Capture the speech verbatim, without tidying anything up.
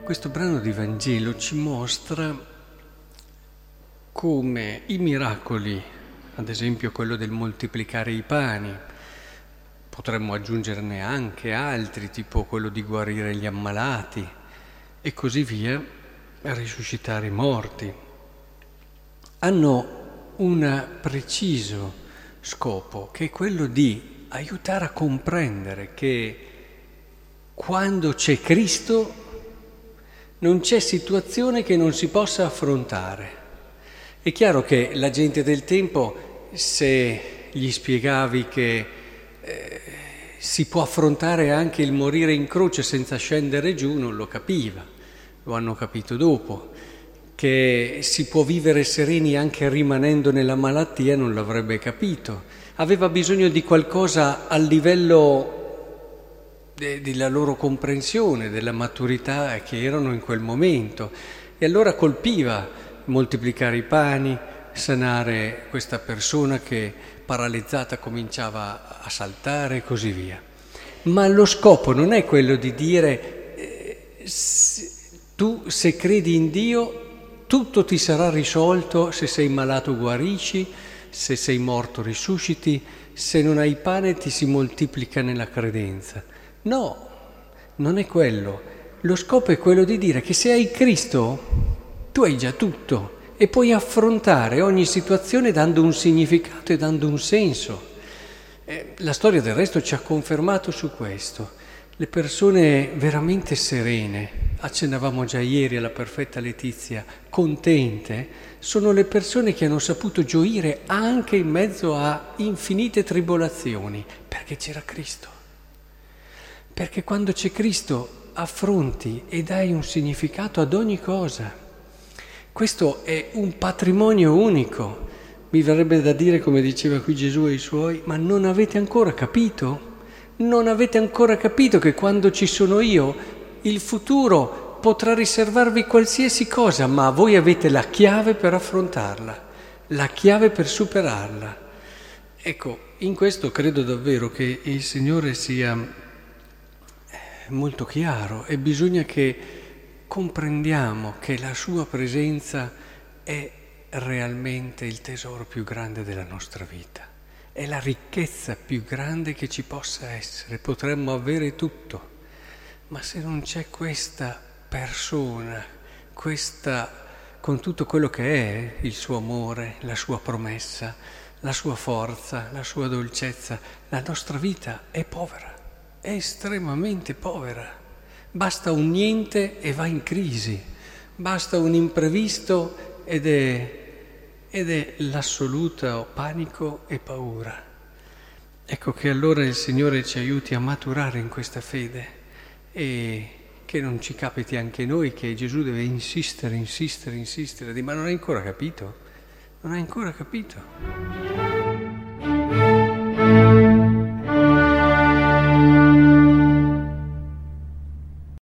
Questo brano di Vangelo ci mostra come i miracoli, ad esempio quello del moltiplicare i pani, potremmo aggiungerne anche altri, tipo quello di guarire gli ammalati e così via, risuscitare i morti, hanno un preciso scopo, che è quello di aiutare a comprendere che quando c'è Cristo non c'è situazione che non si possa affrontare. È chiaro che la gente del tempo, se gli spiegavi che eh, si può affrontare anche il morire in croce senza scendere giù, non lo capiva, lo hanno capito dopo. Che si può vivere sereni anche rimanendo nella malattia, non l'avrebbe capito. Aveva bisogno di qualcosa a livello della loro comprensione, della maturità che erano in quel momento. E allora colpiva moltiplicare i pani, sanare questa persona che paralizzata cominciava a saltare e così via. Ma lo scopo non è quello di dire eh, tu se credi in Dio tutto ti sarà risolto, se sei malato guarisci, se sei morto risusciti, se non hai pane ti si moltiplica nella credenza. No, non è quello. Lo scopo è quello di dire che se hai Cristo, tu hai già tutto e puoi affrontare ogni situazione dando un significato e dando un senso. Eh, la storia del resto ci ha confermato su questo. Le persone veramente serene, accennavamo già ieri alla perfetta Letizia, contente, sono le persone che hanno saputo gioire anche in mezzo a infinite tribolazioni, perché c'era Cristo. Perché quando c'è Cristo affronti e dai un significato ad ogni cosa. Questo è un patrimonio unico. Mi verrebbe da dire, come diceva qui Gesù ai Suoi, ma non avete ancora capito? Non avete ancora capito che quando ci sono io, il futuro potrà riservarvi qualsiasi cosa, ma voi avete la chiave per affrontarla, la chiave per superarla. Ecco, in questo credo davvero che il Signore sia molto chiaro e bisogna che comprendiamo che la sua presenza è realmente il tesoro più grande della nostra vita, è la ricchezza più grande che ci possa essere, potremmo avere tutto, ma se non c'è questa persona, questa con tutto quello che è il suo amore, la sua promessa, la sua forza, la sua dolcezza, la nostra vita è povera. È estremamente povera. Basta un niente e va in crisi, basta un imprevisto ed è, ed è l'assoluto panico e paura. Ecco che allora il Signore ci aiuti a maturare in questa fede e che non ci capiti anche noi che Gesù deve insistere, insistere, insistere, di ma non hai ancora capito? Non hai ancora capito?